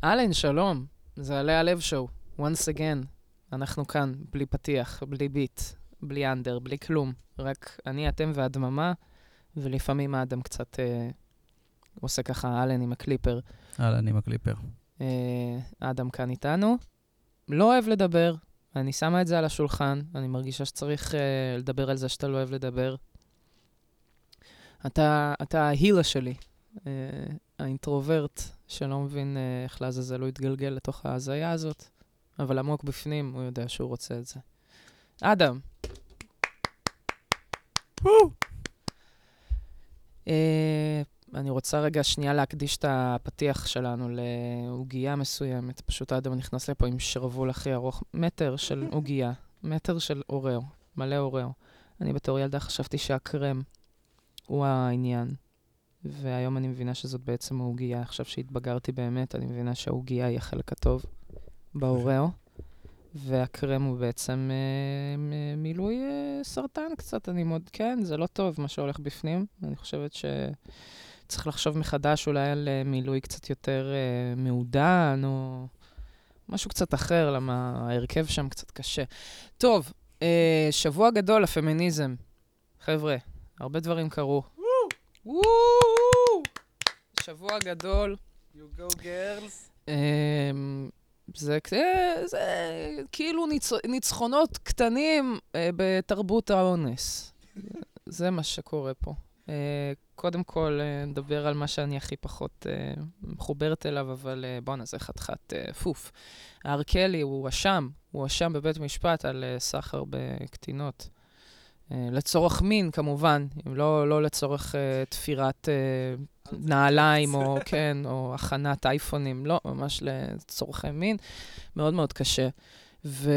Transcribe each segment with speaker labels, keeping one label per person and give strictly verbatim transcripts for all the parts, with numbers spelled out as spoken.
Speaker 1: אלן, שלום. זה עלי הלב שואו. once again. אנחנו כאן, בלי פתיח, בלי ביט, בלי אנדר, בלי כלום. רק אני, אתם והדממה, ולפעמים האדם קצת אה, עושה ככה אלן עם הקליפר.
Speaker 2: אלן עם הקליפר.
Speaker 1: אה, האדם כאן איתנו. לא אוהב לדבר. אני שמה את זה על השולחן. אני מרגישה שצריך אה, לדבר על זה שאתה לא אוהב לדבר. אתה, אתה ההילה שלי. אה, האינטרוברט שלא מבין אה, איך לעזאזל הוא יתגלגל לתוך ההזיה הזאת. אבל עמוק בפנים הוא יודע שהוא רוצה את זה. אדם. אה, אני רוצה רגע שנייה להקדיש את הפתיח שלנו לעוגיה מסוימת. פשוט האדם נכנס לפה עם שרוול הכי ארוך. מטר של עוגיה. מטר של אוראו. מלא אוראו. אני בתור ילדה חשבתי שהקרם הוא העניין. והיום אני מבינה שזאת בעצם העוגיה. עכשיו שהתבגרתי באמת, אני מבינה שהעוגיה היא החלק הטוב באוראו. והקרם הוא בעצם אה, מ- מילוי אה, סרטן קצת, אני מאוד, כן, זה לא טוב מה שהולך בפנים. אני חושבת שצריך לחשוב מחדש אולי על אה, מילוי קצת יותר אה, מעודן, או משהו קצת אחר, למה ההרכב שם קצת קשה. טוב, אה, שבוע גדול לפמיניזם. חבר'ה, הרבה דברים קרו. וואו! שבוע גדול.
Speaker 2: You go girls.
Speaker 1: אה, זה, זה כאילו ניצ, ניצחונות קטנים אה, בתרבות האונס. זה מה שקורה פה. אה, קודם כל, אה, נדבר על מה שאני הכי פחות אה, מחוברת אליו, אבל אה, בוא נעשה חתיכת אה, פוף. הארקלי הוא אשם, הוא אשם בבית משפט על אה, סחר בקטינות. אה, לצורך מין, כמובן, אם לא, לא לצורך אה, תפירת... אה, נעליים או, כן, או הכנת אייפונים, לא, ממש לצורכי מין, מאוד מאוד קשה. ו...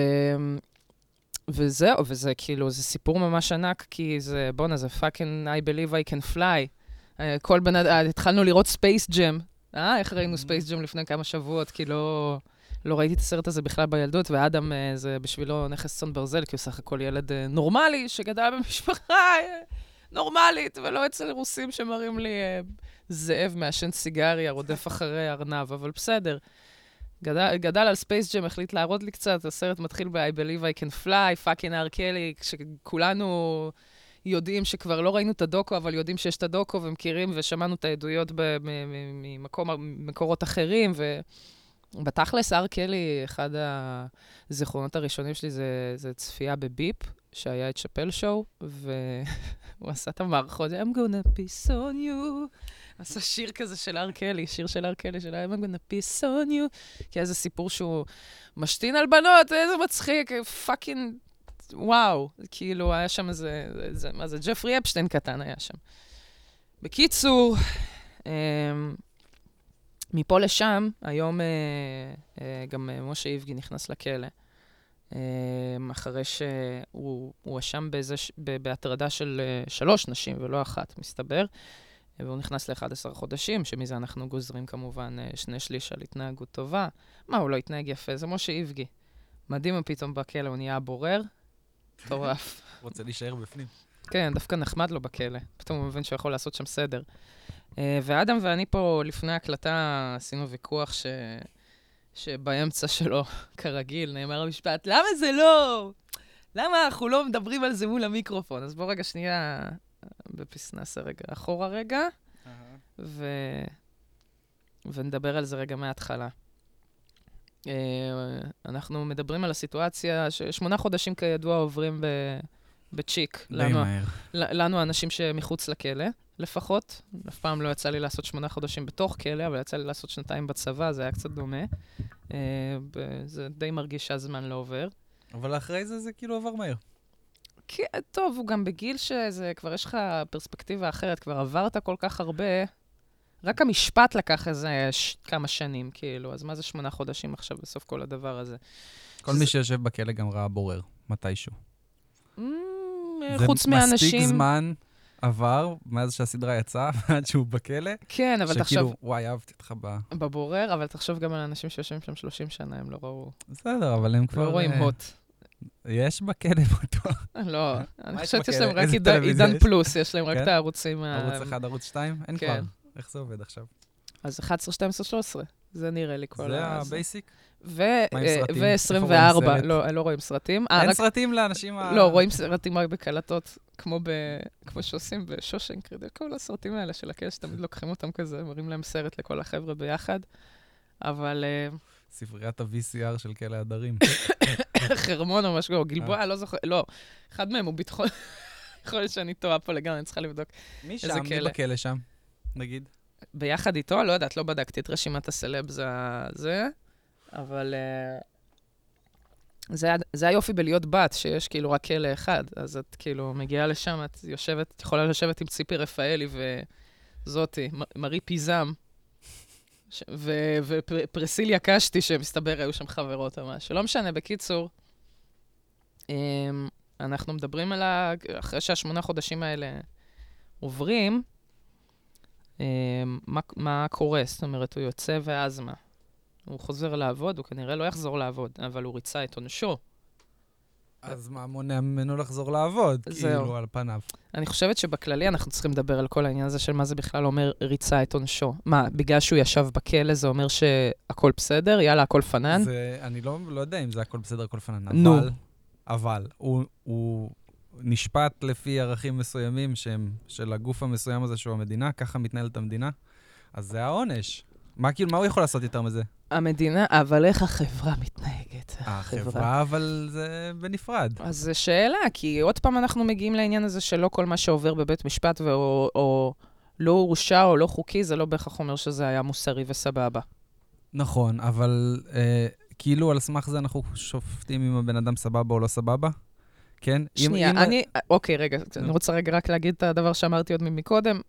Speaker 1: וזהו, וזה כאילו, זה סיפור ממש ענק, כי זה, בונה, זה fucking I believe I can fly. כל בן אדם, התחלנו לראות Space Jam. אה, איך ראינו Space Jam לפני כמה שבועות, כי לא, לא ראיתי את הסרט הזה בכלל בילדות, ואדם זה בשבילו נכס צאן ברזל, כי הוא סך הכל ילד נורמלי, שגדל במשפחה נורמלית, ולא אצל רוסים שמראים לי זאב מעשן סיגריה, רודף אחרי ארנב, אבל בסדר. גדל, גדל על ספייס ג'ם, החליט להראות לי קצת, הסרט מתחיל ב-I believe I can fly, fucking ארקלי, כשכולנו יודעים שכבר לא ראינו את הדוקו, אבל יודעים שיש את הדוקו ומכירים, ושמענו את העדויות ממקורות אחרים, ובתכלס ארקלי, אחד הזיכרונות הראשונים שלי זה, זה צפייה בביפ, שהיה את שאפל שואו, והוא עשה את המערכות, I'm gonna piss on you. עשה שיר כזה של ארקלי, שיר של ארקלי, של I'm gonna piss on you. כי איזה סיפור שהוא משתין על בנות, איזה מצחיק, פאקינג, וואו. כאילו, היה שם איזה, איזה, מה זה, ג'פרי אפשטיין קטן היה שם. בקיצור, מפה לשם, היום גם משה איבגי נכנס לכלא. אחרי שהוא הואשם בהטרדה של שלוש נשים ולא אחת, מסתבר. והוא נכנס ל-אחד עשר חודשים, שמזה אנחנו גוזרים כמובן שני שליש על התנהגות טובה. מה, הוא לא התנהג יפה? זה משה איבגי. מדהים פתאום בכלא, הוא נהיה הבורר. טורף.
Speaker 2: רוצה להישאר בפנים.
Speaker 1: כן, דווקא נחמד לו בכלא. פתאום הוא מבין שהוא יכול לעשות שם סדר. ואדם ואני פה לפני ההקלטה עשינו ויכוח ש... שבאמצע שלו, כרגיל, נאמר המשפט, למה זה לא? למה אנחנו לא מדברים על זה מול המיקרופון? אז בוא רגע שנייה, בפיס נעשה רגע אחורה רגע, ו... ונדבר על זה רגע מההתחלה. אנחנו מדברים על הסיטואציה ששמונה חודשים כידוע עוברים ב... בצ'יק.
Speaker 2: די מהר.
Speaker 1: לנו האנשים שמחוץ לכלא, לפחות. אף פעם לא יצא לי לעשות שמונה חודשים בתוך כלא, אבל יצא לי לעשות שנתיים בצבא, זה היה קצת דומה. זה די מרגיש שהזמן לא עובר.
Speaker 2: אבל אחרי זה זה כאילו עבר מהר.
Speaker 1: כן, טוב, הוא גם בגיל שזה, כבר יש לך פרספקטיבה אחרת, כבר עברת כל כך הרבה, רק המשפט לקח איזה ש... כמה שנים, כאילו, אז מה זה שמונה חודשים עכשיו בסוף כל הדבר הזה?
Speaker 2: כל מי שיושב בכלא גם ראה בורר, מתישהו.
Speaker 1: חוץ מאנשים...
Speaker 2: זה מספיק זמן עבר, מאז שהסדרה יצאה, ועד שהוא בכלא.
Speaker 1: כן, אבל תחשוב...
Speaker 2: שכאילו, וואי, אהבתי אותך ב...
Speaker 1: בבורר, אבל תחשוב גם על אנשים שיושבים שם שלושים שנה, הם לא ראו...
Speaker 2: בסדר, אבל הם כבר...
Speaker 1: לא רואים הוט.
Speaker 2: יש בכלא בטוח.
Speaker 1: לא, אני חושבת שיש להם רק עידן פלוס, יש להם רק את הערוצים...
Speaker 2: ערוץ אחד, ערוץ שתיים? אין כבר. איך זה עובד עכשיו?
Speaker 1: אז אחת עשרה, שתים עשרה, שלוש עשרה. זה נראה לי כל
Speaker 2: זה הבייסיק?
Speaker 1: ו-עשרים וארבע, לא, לא רואים סרטים.
Speaker 2: אין סרטים לאנשים ה...
Speaker 1: לא, רואים סרטים רק בקלטות, כמו שעושים בשושנק, כל הסרטים האלה של הקש, תמיד לוקחים אותם כזה, מראים להם סרט לכל החבר'ה ביחד, אבל...
Speaker 2: ספריית ה-וי סי אר של כאלה הדרים.
Speaker 1: חרמון או משהו, גלבוע, לא זוכר, לא, אחד מהם הוא ביטחון, יכול להיות שאני טועה פה לגמרי, אני צריכה לבדוק.
Speaker 2: מי שם? מי בכלא שם, נגיד?
Speaker 1: ביחד איתו? לא יודעת, לא בדקתי את רשימת הסלבס הזה, אבל זה, זה היופי בלהיות בת, שיש כאילו רק כלא אחד, אז את כאילו מגיעה לשם, את יושבת, את יכולה לשבת עם ציפי רפאלי וזאתי, מרי פיזם, ו- ופרסיליה קשתי, שמסתבר, היו שם חברות או משהו. לא משנה, בקיצור, אנחנו מדברים על ה... אחרי שהשמונה חודשים האלה עוברים, מה, מה קורה? זאת אומרת, הוא יוצא ואז מה? הוא חוזר לעבוד, הוא כנראה לא יחזור לעבוד, אבל הוא ריצה את עונשו.
Speaker 2: אז מה מונע ממנו לחזור לעבוד?
Speaker 1: זהו.
Speaker 2: כאילו על פניו.
Speaker 1: אני חושבת שבכללי אנחנו צריכים לדבר על כל העניין הזה של מה זה בכלל אומר ריצה את עונשו. מה, בגלל שהוא ישב בכלא זה אומר שהכל בסדר? יאללה, הכל פנן?
Speaker 2: זה, אני לא, לא יודע אם זה הכל בסדר, הכל פנן.
Speaker 1: נו.
Speaker 2: אבל, אבל, הוא, הוא נשפט לפי ערכים מסוימים שהם, של הגוף המסוים הזה שהוא המדינה, ככה מתנהלת המדינה, אז זה העונש. מה, כאילו, מה הוא יכול לעשות יותר מזה?
Speaker 1: המדינה, אבל איך החברה מתנהגת?
Speaker 2: החברה, אבל זה בנפרד.
Speaker 1: אז זו שאלה, כי עוד פעם אנחנו מגיעים לעניין הזה שלא כל מה שעובר בבית משפט או, או לא הורשע או לא חוקי, זה לא בהכרח אומר שזה היה מוסרי וסבבה.
Speaker 2: נכון, אבל אה, כאילו על סמך זה אנחנו שופטים אם הבן אדם סבבה או לא סבבה? כן?
Speaker 1: שנייה,
Speaker 2: אם,
Speaker 1: אני... אם... אוקיי, רגע, אני רוצה רגע רק להגיד את הדבר שאמרתי עוד מקודם.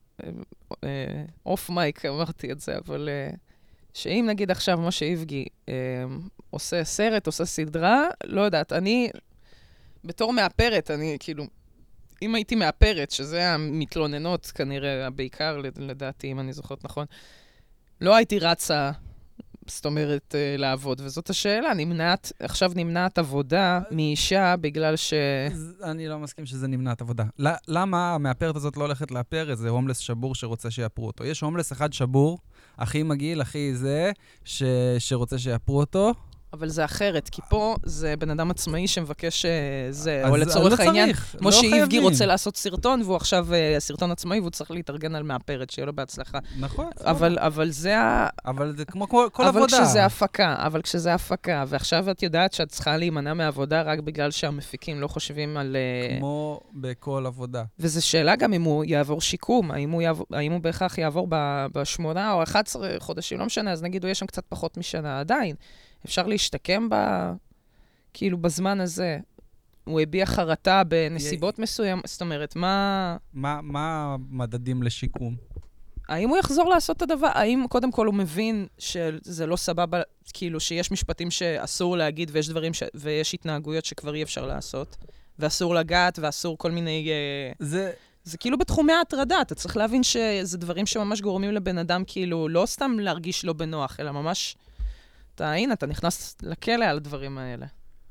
Speaker 1: אוף מייק אמרתי את זה, אבל... שאם נגיד עכשיו משה איבגי אה, עושה סרט, עושה סדרה, לא יודעת, אני, בתור מאפרת, אני כאילו, אם הייתי מאפרת, שזה המתלוננות כנראה, בעיקר לדעתי, אם אני זוכרת נכון, לא הייתי רצה, זאת אומרת, אה, לעבוד, וזאת השאלה, נמנעת, עכשיו נמנעת עבודה מאישה בגלל ש...
Speaker 2: אני לא מסכים שזה נמנעת עבודה. למה המאפרת הזאת לא הולכת לאפר איזה הומלס שבור שרוצה שיאפרו אותו? יש הומלס אחד שבור, הכי מגעיל, הכי זה, ש... שרוצה שיאפרו אותו.
Speaker 1: אבל זה אחרת, כי פה זה בן אדם עצמאי שמבקש זה, או לצורך העניין, כמו שאיבגי רוצה לעשות סרטון, והוא עכשיו סרטון עצמאי, והוא צריך להתארגן על מאפרת, שיהיה לו בהצלחה.
Speaker 2: נכון.
Speaker 1: אבל זה ה...
Speaker 2: אבל זה כמו כל עבודה.
Speaker 1: אבל כשזה הפקה, אבל כשזה הפקה, ועכשיו את יודעת שאת צריכה להימנע מהעבודה רק בגלל שהמפיקים לא חושבים על...
Speaker 2: כמו בכל עבודה.
Speaker 1: וזו שאלה גם אם הוא יעבור שיקום, האם הוא, יעבור, האם הוא בהכרח יעבור בשמונה או אחת עשרה חודשים, לא משנה, אז נגיד הוא יהיה שם קצת פחות משנה עדיין. אפשר להשתקם ב... כאילו בזמן הזה. הוא הביע חרטה בנסיבות מסוים, זאת אומרת, מה...
Speaker 2: מה, מה המדדים לשיקום?
Speaker 1: האם הוא יחזור לעשות את הדבר? האם קודם כל הוא מבין שזה לא סבבה, כאילו שיש משפטים שאסור להגיד ויש דברים ש... ויש התנהגויות שכבר אי אפשר לעשות, ואסור לגעת ואסור כל מיני...
Speaker 2: זה...
Speaker 1: זה כאילו בתחומי ההטרדה, אתה צריך להבין שזה דברים שממש גורמים לבן אדם, כאילו, לא סתם להרגיש לא בנוח, אלא ממש... אתה, הנה, אתה נכנס לכלא על הדברים האלה.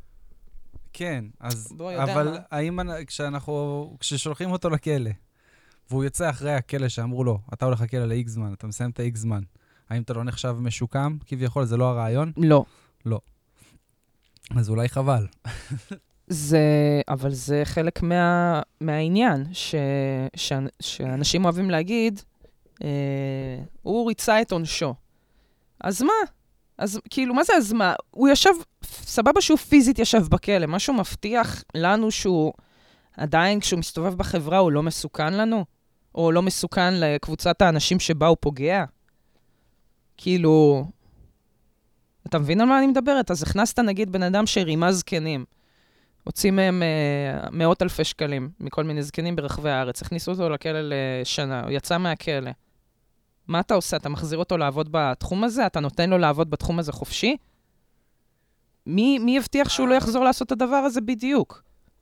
Speaker 2: כן, אז... אבל האם כשאנחנו... כששולחים אותו לכלא, והוא יוצא אחרי הכלא שאמרו לו, אתה הולך לכלא ל-X זמן, אתה מסיים את ה-X זמן, האם אתה לא נחשב משוקם? כביכול, זה לא הרעיון?
Speaker 1: לא.
Speaker 2: לא. אז אולי חבל.
Speaker 1: זה... אבל זה חלק מה... מהעניין, ש... ש... שאנשים אוהבים להגיד, אה... הוא ריצה את עונשו. אז מה? אז כאילו, מה זה אז מה? הוא ישב, סבבה שהוא פיזית ישב בכלא, משהו מבטיח לנו שהוא עדיין כשהוא מסתובב בחברה הוא לא מסוכן לנו? או לא מסוכן לקבוצת האנשים שבה הוא פוגע? כאילו, אתה מבין על מה אני מדברת? אז הכנסת נגיד בן אדם שרימה זקנים, הוציא מהם אה, מאות אלפי שקלים מכל מיני זקנים ברחבי הארץ, הכניסו אותו לכלא לשנה, הוא יצא מהכלא. מה אתה עושה? אתה מחזיר אותו לעבוד בתחום הזה? אתה נותן לו לעבוד בתחום הזה חופשי? מי, מי יבטיח שהוא לא יחזור לעשות את הדבר הזה בדיוק?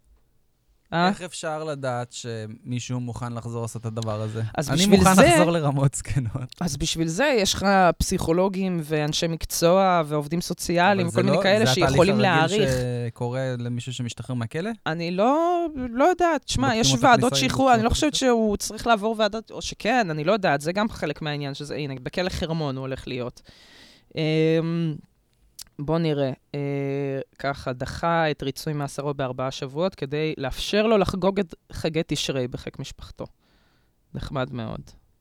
Speaker 2: איך אפשר לדעת שמישהו מוכן לחזור לעשות את הדבר הזה?
Speaker 1: אני
Speaker 2: מוכן
Speaker 1: זה,
Speaker 2: לחזור לרמות זקנות.
Speaker 1: אז בשביל זה יש לך פסיכולוגים ואנשי מקצוע ועובדים סוציאליים וכל מיני
Speaker 2: לא,
Speaker 1: כאלה שיכולים להעריך.
Speaker 2: זה התהליך הרגיל שקורה למישהו שמשתחרר מהכלא?
Speaker 1: אני לא, לא יודעת. שמה, יש ועדות שחרור, אני לא חושבת שהוא צריך לעבור ועדות, או שכן, אני לא יודעת, זה גם חלק מהעניין, שזה, הנה, בכלא חרמון הוא הולך להיות. בוא נראה, ככה, דחה את ריצוי מאסרו בארבעה שבועות, כדי לאפשר לו לחגוג את חגי תשרי בחיק משפחתו. נחמד מאוד.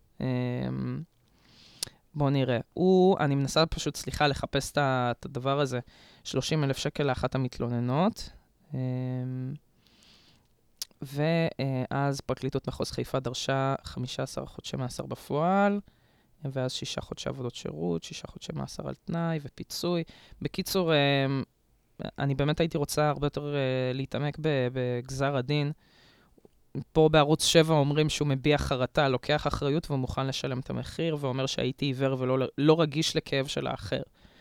Speaker 1: בוא נראה. הוא, אני מנסה פשוט, סליחה, לחפש את הדבר הזה, שלושים אלף שקל לאחת המתלוננות, ואז פרקליטות מחוז חיפה דרשה חמישה עשר חודשי מאסר בפועל, ואז שישה חודשי עבודות שירות, שישה חודשי מאסר על תנאי ופיצוי. בקיצור, אני באמת הייתי רוצה הרבה יותר להתעמק בגזר הדין. פה בערוץ שבע אומרים שהוא מביע חרטה, לוקח אחריות ומוכן לשלם את המחיר, ואומר שהייתי עיוור ולא לא רגיש לכאב של האחר.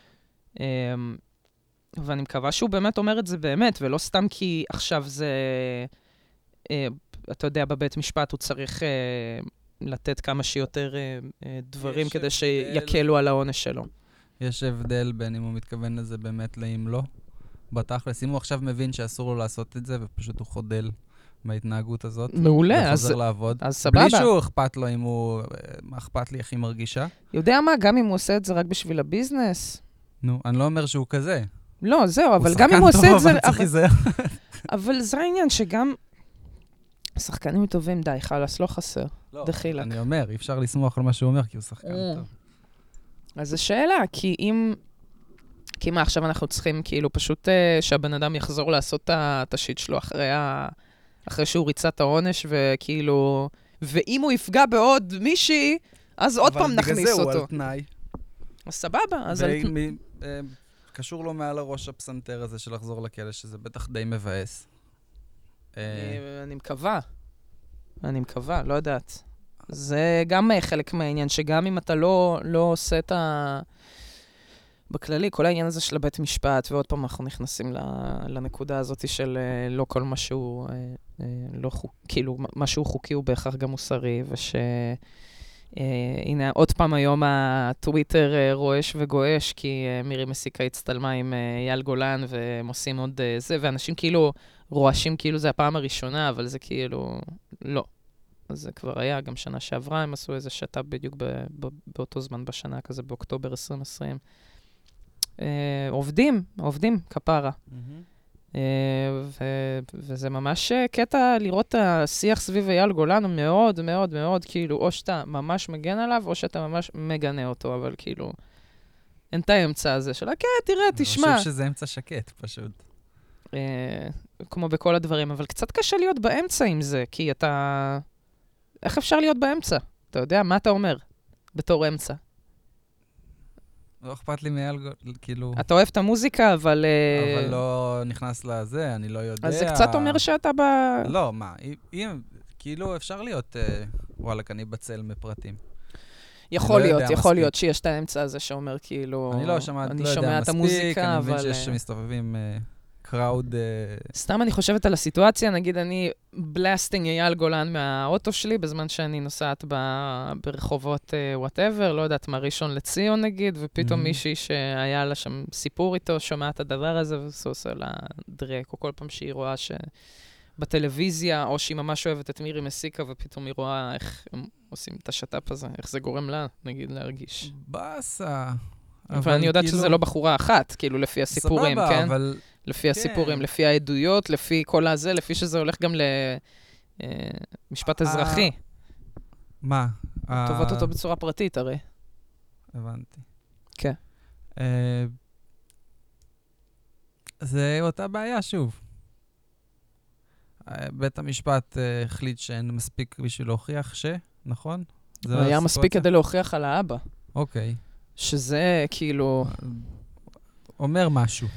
Speaker 1: ואני מקווה שהוא באמת אומר את זה באמת, ולא סתם כי עכשיו זה, אתה יודע, בבית משפט הוא צריך לתת כמה שיותר דברים כדי שיקלו על העונש שלו.
Speaker 2: יש הבדל בין אם הוא מתכוון לזה באמת לאם לא. בתכלס, אם הוא עכשיו מבין שאסור לו לעשות את זה, ופשוט הוא חודל מההתנהגות הזאת.
Speaker 1: מעולה, אז,
Speaker 2: לעבוד,
Speaker 1: אז סבבה.
Speaker 2: בלי שהוא אכפת לו אם הוא, מה אכפת לי, איך היא מרגישה.
Speaker 1: יודע מה, גם אם הוא עושה את זה רק בשביל הביזנס.
Speaker 2: נו, אני לא אומר שהוא כזה.
Speaker 1: לא, זהו, אבל גם אם הוא עושה את זה...
Speaker 2: הוא שחקן טוב, אבל צריך להיזהר.
Speaker 1: אבל זה העניין שגם שחקנים טובים, די, חלס, לא חסר.
Speaker 2: לא,
Speaker 1: דחילק.
Speaker 2: אני אומר, אי אפשר לסמוך על מה שהוא אומר, כי הוא שחקן טוב.
Speaker 1: אז זו שאלה, כי אם... כי מה, עכשיו אנחנו צריכים כאילו פשוט שהבן אדם יחזור לעשות את השיט שלו אחרי ה... אחרי שהוא ריצה את העונש, וכאילו... ואם הוא יפגע בעוד מישהי, אז עוד פעם נכניס אותו. אבל בגלל זה הוא על תנאי. אז סבבה, אז על תנאי.
Speaker 2: קשור לו מעל הראש הפסנתר הזה של לחזור לכלא, שזה בטח די מבאס.
Speaker 1: אני מקווה. אני מקווה, לא יודעת. זה גם חלק מהעניין, שגם אם אתה לא עושה את ה... בכללי, כל העניין הזה של הבית משפט, ועוד פעם אנחנו נכנסים לנקודה הזאת של לא כל משהו, לא חוק, כאילו, משהו חוקי הוא בהכרח גם מוסרי, וש... הנה, עוד פעם היום הטוויטר רועש וגועש, כי מירי מסיקה הצטלמה עם אייל גולן, והם עושים עוד זה, ואנשים כאילו רועשים כאילו זה הפעם הראשונה, אבל זה כאילו לא. אז זה כבר היה, גם שנה שעברה הם עשו איזה שטאפ בדיוק באותו זמן בשנה, כזה באוקטובר עשרים עשרים. עובדים, עובדים, כפרה. וזה ממש קטע לראות את השיח סביב אייל גולן, הוא מאוד מאוד מאוד, כאילו, או שאתה ממש מגן עליו, או שאתה ממש מגנה אותו, אבל כאילו, אין את האמצע הזה של, כן, תראה, תשמע.
Speaker 2: אני חושב שזה אמצע שקט, פשוט.
Speaker 1: כמו בכל הדברים, אבל קצת קשה להיות באמצע עם זה, כי אתה... איך אפשר להיות באמצע? אתה יודע, מה אתה אומר בתור אמצע?
Speaker 2: לא אכפת לי מאייל, כאילו...
Speaker 1: אתה אוהב את המוזיקה, אבל...
Speaker 2: אבל לא נכנס לזה, אני לא יודע...
Speaker 1: אז זה קצת אומר שאתה ב...
Speaker 2: לא, מה, אם... כאילו אפשר להיות, וואלה, אני בצל מפרטים.
Speaker 1: יכול להיות, יכול להיות שיש את האמצע הזה שאומר, כאילו...
Speaker 2: אני לא שומע, לא יודע מספיק, אני מבין שיש מסתובבים קראוד...
Speaker 1: סתם אני חושבת על הסיטואציה, נגיד אני בלסטינג אייל גולן מהאוטו שלי, בזמן שאני נוסעת ברחובות whatever, לא יודעת מה, ראשון לציון נגיד, ופתאום מישהי שהיה לה שם סיפור איתו, שומע את הדבר הזה, וזה עושה לה דרק, או כל פעם שהיא רואה שבטלוויזיה, או שהיא ממש אוהבת את מירי מסיקה, ופתאום היא רואה איך הם עושים את השטאפ הזה, איך זה גורם לה, נגיד, להרגיש.
Speaker 2: בסה.
Speaker 1: ואני יודעת שזה לא בחורה אחת, כאילו, לפי הסיפורים, כן?
Speaker 2: סבבה, אבל...
Speaker 1: לפי הסיפורים, לפי העדויות, לפי כל הזה, לפי שזה הולך גם למשפט אזרחי.
Speaker 2: מה?
Speaker 1: טובות אותו בצורה פרטית, הרי.
Speaker 2: הבנתי.
Speaker 1: כן.
Speaker 2: זה אותה בעיה, שוב. בית המשפט החליט שאין מספיק בשביל להוכיח ש... נכון?
Speaker 1: זה היה מספיק כדי להוכיח על האבא.
Speaker 2: אוקיי.
Speaker 1: שזה כאילו...
Speaker 2: אומר משהו.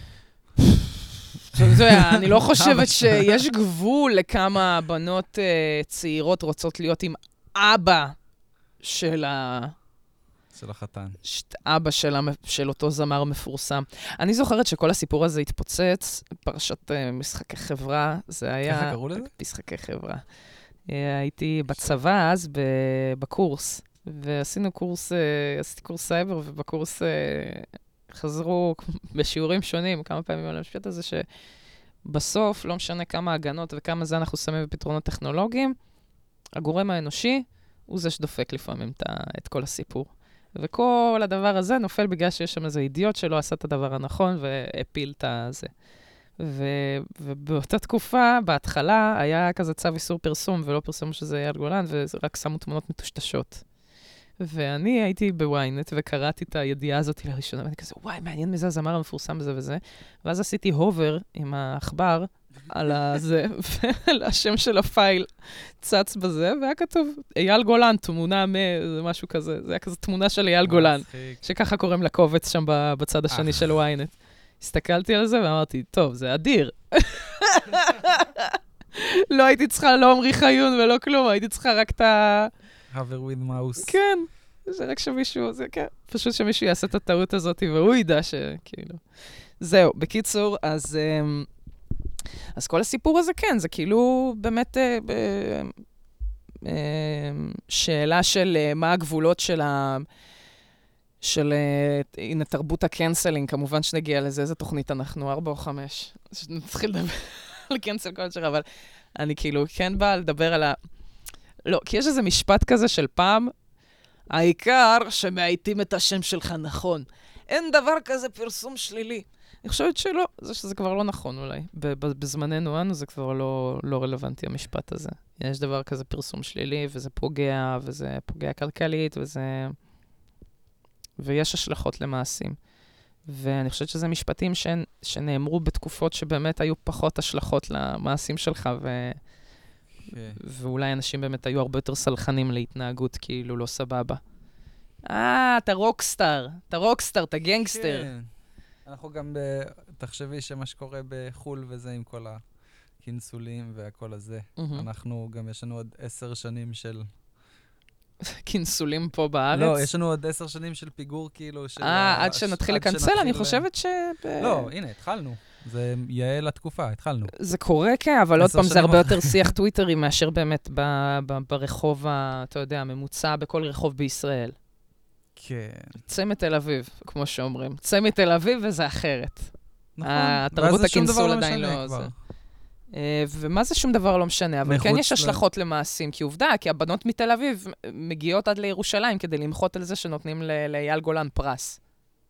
Speaker 1: אני לא חושבת שיש גבול לכמה בנות צעירות רוצות להיות עם אבא של ה...
Speaker 2: של החתן.
Speaker 1: אבא של אותו זמר מפורסם. אני זוכרת שכל הסיפור הזה התפוצץ, פרשת משחקי חברה, זה היה...
Speaker 2: ככה קראו לזה?
Speaker 1: משחקי חברה. הייתי בצבא אז בקורס, ועשינו קורס, עשיתי קורס סייבר, ובקורס חזרו בשיעורים שונים, כמה פעמים על המשפט הזה, שבסוף, לא משנה כמה הגנות וכמה זה אנחנו שמים בפתרונות טכנולוגיים, הגורם האנושי הוא זה שדופק לפעמים את כל הסיפור. וכל הדבר הזה נופל בגלל שיש שם איזה אידיוט שלא עשה את הדבר הנכון והפיל את הזה. ו- ובאותה תקופה, בהתחלה, היה כזה צו איסור פרסום, ולא פרסום שזה אייל גולן, ורק שמו תמונות מטושטשות. ואני הייתי בוויינט, וקראתי את הידיעה הזאת לראשונה, ואני כזה, וואי, מעניין מזה הזמר המפורסם בזה וזה. ואז עשיתי הובר עם העכבר על הזה, והשם של הפייל צץ בזה, והיה כתוב, אייל גולן, תמונה ממשהו כזה. זה היה כזה תמונה של אייל גולן, שככה קוראים לקובץ שם בצד השני של וויינט. הסתכלתי על זה ואמרתי, טוב, זה אדיר. לא הייתי צריכה לא עמרי חיון ולא כלום, הייתי צריכה רק את ה...
Speaker 2: hover with mouse.
Speaker 1: כן, זה רק שמישהו, זה כן, פשוט שמישהו יעשה את הטעות הזאת, והוא ידע שכאילו... זהו, בקיצור, אז... אז כל הסיפור הזה כן, זה כאילו באמת שאלה של מה הגבולות של ה... של, הנה, תרבות הקנסלינג, כמובן שנגיע לזה, איזה תוכנית אנחנו, ארבע או חמש. נתחיל לדבר על קנסל קולצ'ר, אבל אני כאילו כן באה לדבר על ה... לא, כי יש איזה משפט כזה של פעם, העיקר שמעיטים את השם שלך נכון. אין דבר כזה פרסום שלילי. אני חושבת שלא, זה שזה כבר לא נכון אולי. בזמננו אנו זה כבר לא, לא רלוונטי המשפט הזה. יש דבר כזה פרסום שלילי, וזה פוגע, וזה פוגע כלכלית, וזה... ויש השלכות למעשים. ואני חושבת שזה משפטים ש... שנאמרו בתקופות שבאמת היו פחות השלכות למעשים שלך, ו... okay. ואולי אנשים באמת היו הרבה יותר סלחנים להתנהגות, כאילו לא סבבה. אה, אתה רוקסטאר, אתה רוקסטאר, אתה גנגסטר.
Speaker 2: כן. אנחנו גם, ב... תחשבי שמה שקורה בחול וזה עם כל הכינסולים והכל הזה. Mm-hmm. אנחנו גם, יש לנו עוד עשר שנים של...
Speaker 1: כינסולים פה בארץ?
Speaker 2: לא, יש לנו עוד עשר שנים של פיגור, כאילו, של...
Speaker 1: אה, עד שנתחיל לקנסל, אני חושבת ש...
Speaker 2: לא, הנה, התחלנו. זה יאה לתקופה, התחלנו.
Speaker 1: זה קורה, כן, אבל עוד פעם זה הרבה יותר שיח טוויטרי מאשר באמת ברחוב, אתה יודע, הממוצע בכל רחוב בישראל.
Speaker 2: כן.
Speaker 1: צא מתל אביב, כמו שאומרים. צא מתל אביב וזה אחרת.
Speaker 2: נכון.
Speaker 1: התרבות הכינסול עדיין לא... ומה זה שום דבר לא משנה, אבל כן יש השלכות למעשים, כי עובדה, כי הבנות מתל אביב מגיעות עד לירושלים כדי למחות על זה שנותנים לאייל גולן פרס.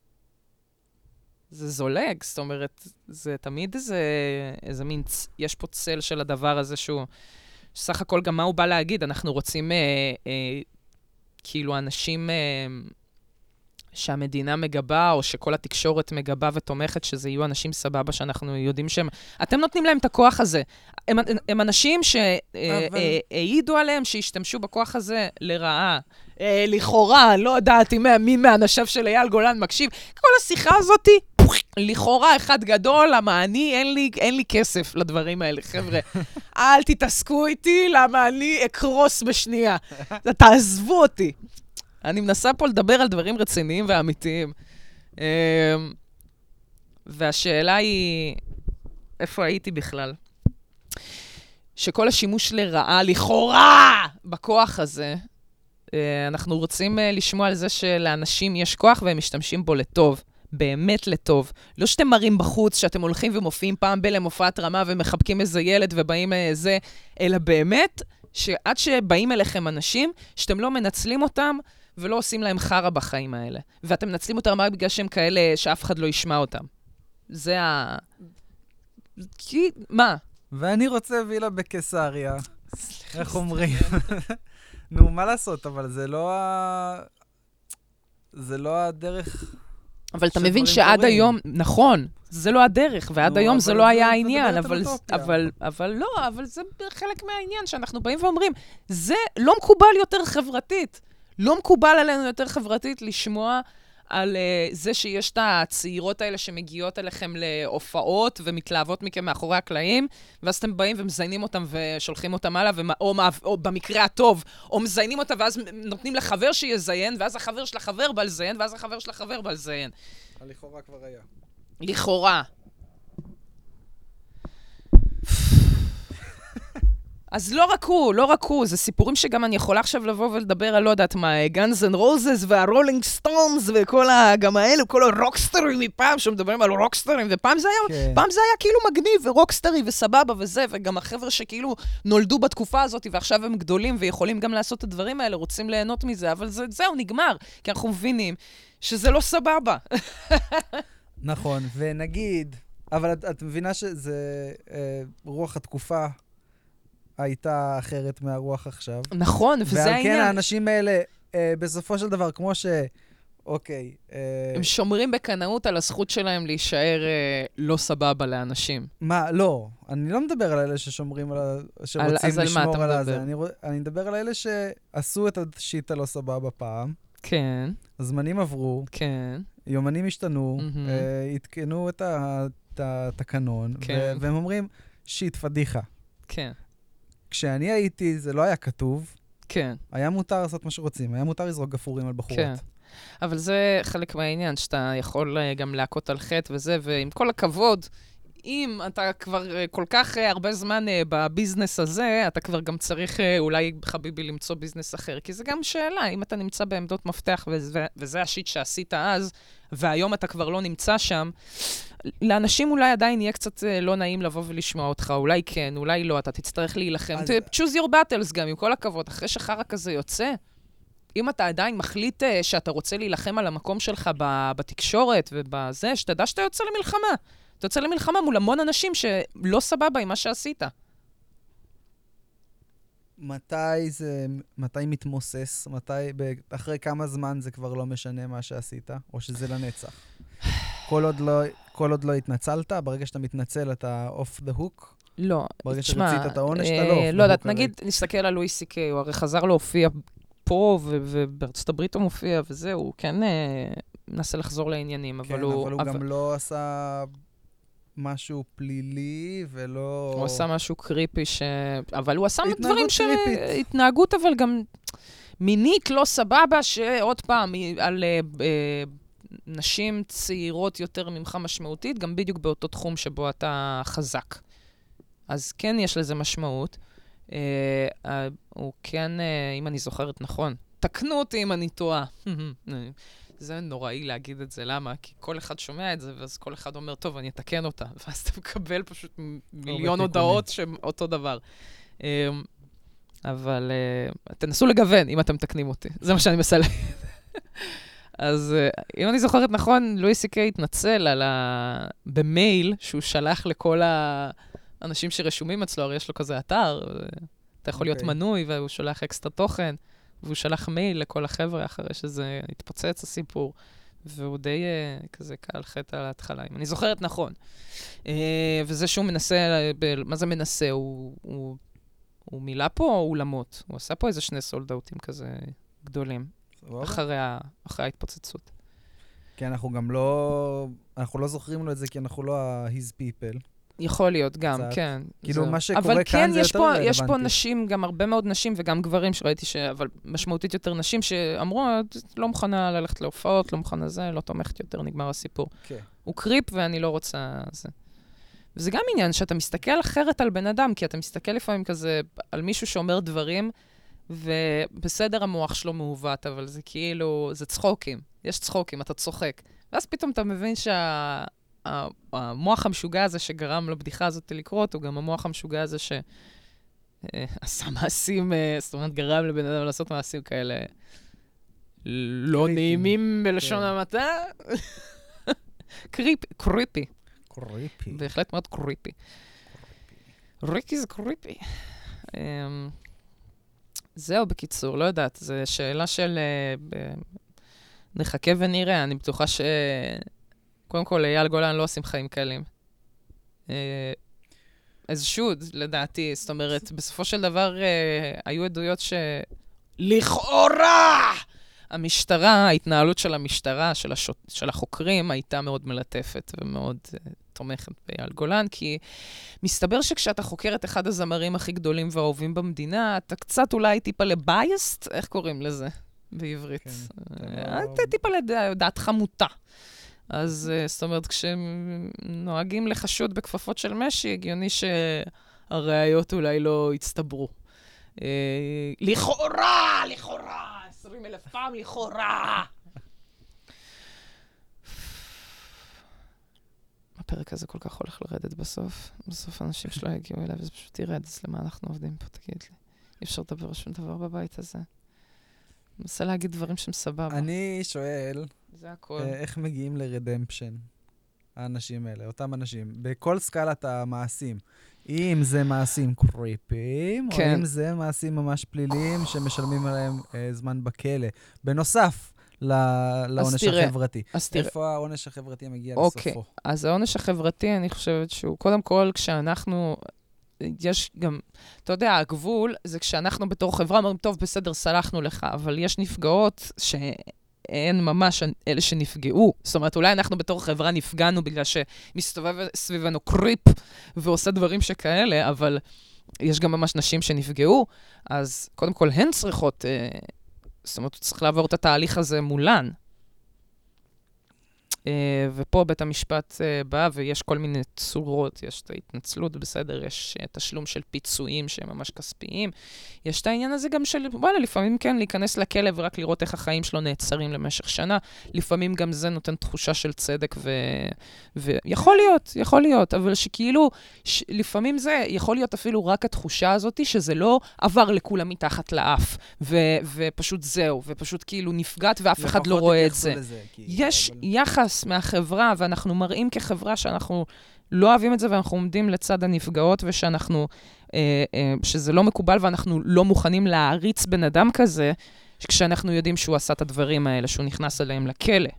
Speaker 1: זה זולג, זאת אומרת, זה תמיד איזה, איזה מין, יש פה צל של הדבר הזה שהוא, סך הכל גם מה הוא בא להגיד, אנחנו רוצים, אה, אה, כאילו, אנשים... אה, שהמדינה מגבה, או שכל התקשורת מגבה ותומכת, שזה יהיו אנשים סבבה, שאנחנו יודעים שהם... אתם נותנים להם את הכוח הזה. הם, הם אנשים שהעידו אבל... עליהם, שהשתמשו בכוח הזה לרעה. אה, לכאורה, לא יודעת אם מי מהאנשיו של אייל גולן מקשיב. כל השיחה הזאת, לכאורה אחד גדול, למה אני, אין לי, אין לי כסף לדברים האלה, חבר'ה. אל תתעסקו איתי, למה אני אקרוס בשנייה. תעזבו אותי. אני מנסה פה לדבר על דברים רציניים ואמיתיים. והשאלה היא, איפה הייתי בכלל? שכל השימוש לרעה, לכאורה, בכוח הזה, אנחנו רוצים לשמוע על זה שלאנשים יש כוח והם משתמשים בו לטוב. באמת לטוב. לא שאתם מראים בחוץ, שאתם הולכים ומופיעים פעם בלמופעת רמה ומחבקים איזה ילד ובאים איזה, אלא באמת, שעד שבאים אליכם אנשים, שאתם לא מנצלים אותם, ולא עושים להם חרה בחיים האלה. ואתם מנצלים אותם רק בגלל שהם כאלה שאף אחד לא ישמע אותם. זה ה... כי... מה?
Speaker 2: ואני רוצה וילה בקיסריה. איך אומרים? נו, מה לעשות? אבל זה לא ה... זה לא הדרך...
Speaker 1: אבל אתה מבין שעד היום... נכון, זה לא הדרך, ועד היום זה לא היה העניין, אבל לא, אבל זה חלק מהעניין שאנחנו באים ואומרים, זה לא מקובל יותר חברתית. לא מקובל עלינו יותר חברתית לשמוע על uh, זה שיש את הצעירות האלה שמגיעות אליכם להופעות ומתלהבות מכם מאחורי הקלעים, ואז אתם באים ומזיינים אותם ושולחים אותם הלאה, ומה, או, או במקרה הטוב, או מזיינים אותם ואז נותנים לחבר שיזיין, ואז החבר של החבר בא לזיין, ואז החבר של החבר בא לזיין.
Speaker 2: לכאורה כבר היה.
Speaker 1: לכאורה. אז לא רק הוא, לא רק הוא, זה סיפורים שגם אני יכולה עכשיו לבוא ולדבר על, לא יודעת מה, גאנז אנד רוזס והרולינג סטונס וכל ה... גם האלו, כל הרוקסטרים מפעם, שמדברים על רוקסטרים, ופעם זה היה, כן. פעם זה היה כאילו מגניב ורוקסטרי וסבבה וזה, וגם החבר'ה שכאילו נולדו בתקופה הזאת ועכשיו הם גדולים ויכולים גם לעשות את הדברים האלה, רוצים ליהנות מזה, אבל זה, זהו, נגמר, כי אנחנו מבינים שזה לא סבבה.
Speaker 2: נכון, ונגיד, אבל את, את מבינה שזה אה, רוח התקופה, הייתה אחרת מהרוח עכשיו.
Speaker 1: נכון, וזה העניין.
Speaker 2: ועל כן האנשים האלה, אה, בסופו של דבר, כמו ש... אוקיי. אה...
Speaker 1: הם שומרים בקנאות על הזכות שלהם להישאר אה, לא סבבה לאנשים.
Speaker 2: מה? לא. אני לא מדבר על אלה ששומרים על ה... שרוצים
Speaker 1: על,
Speaker 2: לשמור
Speaker 1: על,
Speaker 2: על הזה. אני, אני מדבר על אלה שעשו את השיט הלא סבבה פעם.
Speaker 1: כן.
Speaker 2: הזמנים עברו.
Speaker 1: כן.
Speaker 2: יומנים השתנו. Mm-hmm. אה, התקנו את התקנון. כן. ו- והם אומרים, שיט, פדיחה.
Speaker 1: כן.
Speaker 2: כשאני הייתי, זה לא היה כתוב.
Speaker 1: כן.
Speaker 2: היה מותר לעשות מה שרוצים, היה מותר לזרוק גפורים על בחורות.
Speaker 1: כן. אבל זה חלק מהעניין, שאתה יכול גם להכות על חטא וזה, ועם כל הכבוד, אם אתה כבר כל כך הרבה זמן בביזנס הזה, אתה כבר גם צריך אולי חביבי למצוא ביזנס אחר, כי זה גם שאלה, אם אתה נמצא בעמדות מפתח, וזה, וזה השיט שעשית אז, והיום אתה כבר לא נמצא שם, לאנשים אולי עדיין יהיה קצת לא נעים לבוא ולשמוע אותך, אולי כן, אולי לא, אתה תצטרך להילחם. אז... choose your battles גם, עם כל הכבוד, אחרי שחרא כזה יוצא, אם אתה עדיין מחליט שאתה רוצה להילחם על המקום שלך בתקשורת ובזה, שתדע שאתה יוצא למלחמה. אתה יוצא למלחמה מול המון אנשים שלא סבבה עם מה שעשית.
Speaker 2: מתי זה, מתי מתמוסס? מתי, אחרי כמה זמן זה כבר לא משנה מה שעשית? או שזה לנצח? כל עוד לא, כל עוד לא התנצלת, ברגע שאתה מתנצל אתה off the hook?
Speaker 1: לא,
Speaker 2: ברגע שרצית את העונש, אתה לא off the hook.
Speaker 1: לא יודעת, נגיד, נסתכל על לואי סי קיי, הוא הרי חזר להופיע פה, ובארצות הברית הוא מופיע, וזהו, הוא כן מנסה לחזור לעניינים, אבל הוא...
Speaker 2: כן, אבל הוא גם לא עשה משהו פלילי, ולא...
Speaker 1: הוא עשה משהו קריפי, ש... אבל הוא עשה דברים ש... התנהגות, אבל גם מינית לא סבבה, שעוד פעם, על נשים צעירות יותר ממך משמעותית, גם בדיוק באותו תחום שבו אתה חזק. אז כן יש לזה משמעות. Uh, uh, הוא כן, uh, אם אני זוכרת נכון, תקנו אותי אם אני טועה. זה נוראי להגיד את זה, למה? כי כל אחד שומע את זה, ואז כל אחד אומר, טוב, אני אתקן אותה. ואז אתה מקבל פשוט מיליון הודעות שאותו דבר. Uh, אבל uh, תנסו לגוון אם אתם מתקנים אותי. זה מה שאני מסלם. אז uh, אם אני זוכרת נכון, לואי סי קיי התנצל על ה... במייל שהוא שלח לכל ה... אנשים שרשומים אצלו, הרי יש לו כזה אתר, אתה יכול להיות מנוי, והוא שולח אקסטרה תוכן, והוא שלח מייל לכל החבר'ה אחרי שזה התפוצץ הסיפור, והוא די כזה קל חטא על ההתחלה, אם אני זוכרת נכון. וזה שהוא מנסה, מה זה מנסה? הוא מילא פה אולמות, הוא עשה פה איזה שני סולדאוטים כזה גדולים, אחרי ההתפוצצות.
Speaker 2: כי אנחנו גם לא, אנחנו לא זוכרים לו את זה, כי אנחנו לא ה-his people.
Speaker 1: יכול להיות גם, כן.
Speaker 2: כאילו, מה שקורה כאן זה יותר רלוונטי.
Speaker 1: אבל כן, יש פה נשים, גם הרבה מאוד נשים, וגם גברים שראיתי, אבל משמעותית יותר נשים, שאמרו, לא מוכנה ללכת להופעות, לא מוכנה זה, לא תומכת יותר, נגמר הסיפור. הוא קריפ ואני לא רוצה זה. וזה גם עניין שאתה מסתכל אחרת על בן אדם, כי אתה מסתכל לפעמים כזה על מישהו שאומר דברים, ובסדר המוח שלו מעוות, אבל זה כאילו, זה צחוקים. יש צחוקים, אתה צוחק. ואז פתאום אתה מבין שה... המוח המשוגע הזה שגרם לבדיחה הזאת לקרות, הוא גם המוח המשוגע הזה שעשה מעשים, זאת אומרת, גרם לבן אדם לעשות מעשים כאלה לא נעימים בלשון המעטה. קריפי. קריפי.
Speaker 2: קריפי.
Speaker 1: בהחלט מאוד קריפי. ריקי זה קריפי. זהו, בקיצור, לא יודעת, זו שאלה של נחכה ונראה, אני בטוחה ש... קודם כל, אייל גולן לא עושים חיים קלים. אז שוד, לדעתי, זאת אומרת, בסופו של דבר היו עדויות שלכאורה המשטרה, ההתנהלות של המשטרה, של, השוט... של החוקרים, הייתה מאוד מלטפת ומאוד תומכת באייל גולן, כי מסתבר שכשאתה חוקר את אחד הזמרים הכי גדולים והאהובים במדינה, אתה קצת אולי טיפה לבייסט, איך קוראים לזה בעברית? אתה טיפה לדעתך מוטה. אז זאת אומרת, כשנוהגים לחשוד בכפפות של משי, הגיוני הראיות אולי לא הצטברו. לכאורה, לכאורה, עשרים אלף פעם לכאורה. הפרק הזה כל כך הולך לרדת בסוף. בסוף אנשים שלא יגיעו אליו, וזה פשוט ירד, אז למה אנחנו עובדים פה, תגיד לי. אי אפשר לדבר שום דבר בבית הזה. אני מנסה להגיד דברים שהם סבבה.
Speaker 2: אני שואל,
Speaker 1: זה הכל.
Speaker 2: איך מגיעים לרדמפשן, האנשים האלה, אותם אנשים, בכל סקלת המעשים. אם זה מעשים קריפיים,
Speaker 1: כן.
Speaker 2: או אם זה מעשים ממש פליליים שמשלמים עליהם אה, זמן בכלא. בנוסף לעונש החברתי. איפה העונש החברתי מגיע
Speaker 1: אוקיי.
Speaker 2: לסופו?
Speaker 1: אז העונש החברתי, אני חושבת שהוא, קודם כל, כשאנחנו, יש גם, אתה יודע, הגבול זה כשאנחנו בתור חברה אומרים, טוב, בסדר, סלחנו לך, אבל יש נפגעות שאין ממש אלה שנפגעו. זאת אומרת, אולי אנחנו בתור חברה נפגענו בגלל שמסתובב סביבנו קריפ ועושה דברים שכאלה, אבל יש גם ממש נשים שנפגעו, אז קודם כל הן צריכות, זאת אומרת, צריך לעבור את התהליך הזה מולן. ופה בית המשפט בא, ויש כל מיני צורות, יש את ההתנצלות, בסדר, יש תשלום של פיצויים שהם ממש כספיים. יש את העניין הזה גם של, וואלה, לפעמים כן, להיכנס לכלא ורק לראות איך החיים שלו נעצרים למשך שנה. לפעמים גם זה נותן תחושה של צדק, ו... ויכול להיות, יכול להיות, אבל שכאילו, ש... לפעמים זה יכול להיות אפילו רק התחושה הזאת, שזה לא עבר לכולם מתחת לאף, ו... ופשוט זהו, ופשוט כאילו נפגעת, ואף אחד לא רואה את זה. לזה, יש אבל... יחס מהחברה, ואנחנו מראים כחברה שאנחנו לא אוהבים את זה, ואנחנו עומדים לצד הנפגעות, ושאנחנו, אה, אה, שזה לא מקובל, ואנחנו לא מוכנים להעריץ בן אדם כזה, כשאנחנו יודעים שהוא עשה את הדברים האלה, שהוא נכנס אליהם לכלא.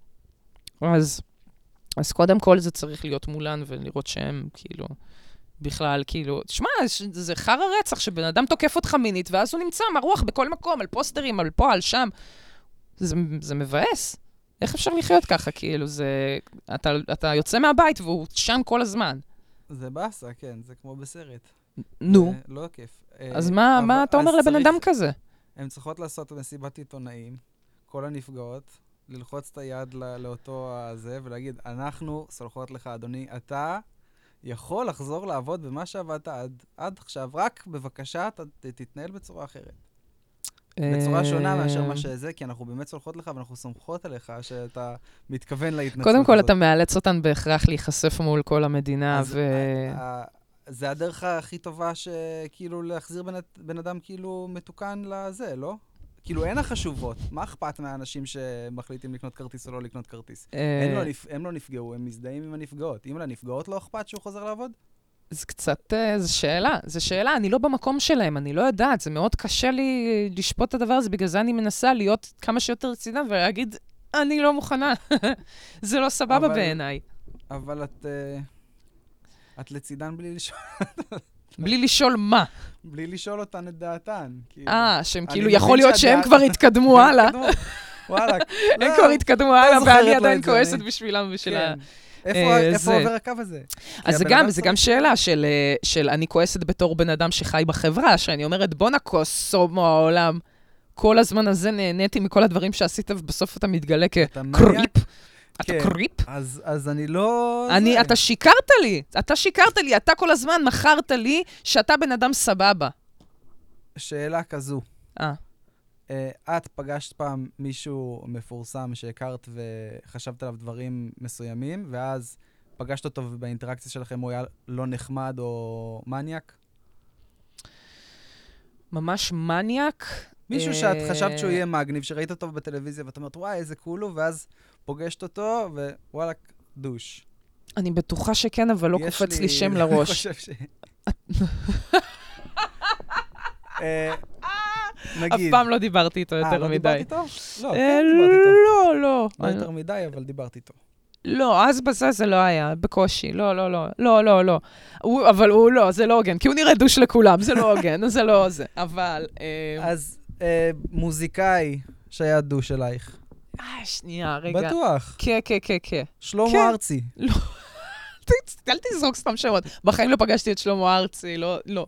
Speaker 1: אז, אז קודם כל זה צריך להיות מולן, ולראות שהם כאילו, בכלל כאילו, תשמע, זה חר הרצח, שבן אדם תוקף אותך מינית, ואז הוא נמצא מרוח בכל מקום, על פוסטרים, על פה, על שם. זה, זה מבאס. איך אפשר לחיות ככה? כאילו, זה... אתה, אתה יוצא מהבית והוא שם כל הזמן.
Speaker 2: זה באסה, כן, זה כמו בסרט.
Speaker 1: נו.
Speaker 2: זה לא כיף.
Speaker 1: אז מה, מה אתה אומר לבן
Speaker 2: צריך,
Speaker 1: אדם כזה?
Speaker 2: הן צריכות לעשות מסיבת עיתונאים, כל הנפגעות, ללחוץ את היד לא, לאותו הזה, ולהגיד, אנחנו סולחות לך, אדוני, אתה יכול לחזור לעבוד במה שעבדת עד, עד עכשיו, רק בבקשה, ת, תתנהל בצורה אחרת. בצורה שונה מאשר מה שזה, כי אנחנו באמת סולחות לך, ואנחנו סומכות עליך שאתה מתכוון להתנצלות.
Speaker 1: קודם כל, אתה מאלץ אותן בהכרח להיחשף מול כל המדינה, ו...
Speaker 2: זה הדרך הכי טובה שכאילו להחזיר בן אדם כאילו מתוקן לזה, לא? כאילו אין החשובות. מה אכפת מהאנשים שמחליטים לקנות כרטיס או לא לקנות כרטיס? הם לא נפגעו, הם מזדהים עם הנפגעות. אם לנפגעות לא אכפת שהוא חוזר לעבוד?
Speaker 1: זה קצת, זו שאלה, זו שאלה, אני לא במקום שלהם, אני לא יודעת, זה מאוד קשה לי לשפוט את הדבר הזה, בגלל זה אני מנסה להיות כמה שיותר רצינה ולהגיד, אני לא מוכנה, זה לא סבבה בעיניי.
Speaker 2: אבל את, את לצידן בלי לשאול.
Speaker 1: בלי לשאול מה?
Speaker 2: בלי לשאול אותן את דעתן.
Speaker 1: אה, שהם כאילו, יכול להיות שהם כבר התקדמו הלאה.
Speaker 2: וואלה.
Speaker 1: הם כבר התקדמו הלאה, ואני עדיין כועסת בשבילם ובשביל ה...
Speaker 2: איפה עובר הקו הזה?
Speaker 1: אז זה גם, זה גם שאלה של, של אני כועסת בתור בן אדם שחי בחברה, שאני אומרת, בוא נקוס העולם. כל הזמן הזה נהניתי מכל הדברים שעשית, ובסוף אתה מתגלה כקריפ. אתה קריפ?
Speaker 2: אז אני לא...
Speaker 1: אני, אתה שיקרת לי, אתה שיקרת לי, אתה כל הזמן מכרת לי שאתה בן אדם סבבה.
Speaker 2: שאלה כזו.
Speaker 1: אה.
Speaker 2: את פגשת פעם מישהו מפורסם שהכרת וחשבת עליו דברים מסוימים, ואז פגשת אותו ובאינטראקציה שלכם הוא היה לא נחמד או מניאק?
Speaker 1: ממש מניאק?
Speaker 2: מישהו שאת חשבת שהוא יהיה מגניב, שראית אותו בטלוויזיה ואתה אומרת, וואי, איזה קול הוא, ואז פוגשת אותו ווואלה, דוש.
Speaker 1: אני בטוחה שכן, אבל לא קופץ לי שם לראש.
Speaker 2: אני חושב ש...
Speaker 1: אף פעם לא דיברתי איתו יותר מדי.
Speaker 2: אה, לא דיברתי איתו? לא, כן דיברתי איתו.
Speaker 1: לא, לא.
Speaker 2: לא יותר מדי, אבל דיברתי איתו.
Speaker 1: לא, אז בזה זה לא היה, בקושי. לא, לא, לא. לא, לא, לא. אבל הוא לא, זה לא הוגן, כי הוא נראה דוש לכולם, זה לא הוגן, זה לא זה. אבל...
Speaker 2: אז מוזיקאי שהיה דוש אלייך.
Speaker 1: אה, שנייה, רגע.
Speaker 2: בטוח.
Speaker 1: כן, כן, כן, כן.
Speaker 2: שלמה ארצי.
Speaker 1: לא. אל תזרוק סתם שמות. בחיים לא פגשתי את שלמה ארצי, לא, לא.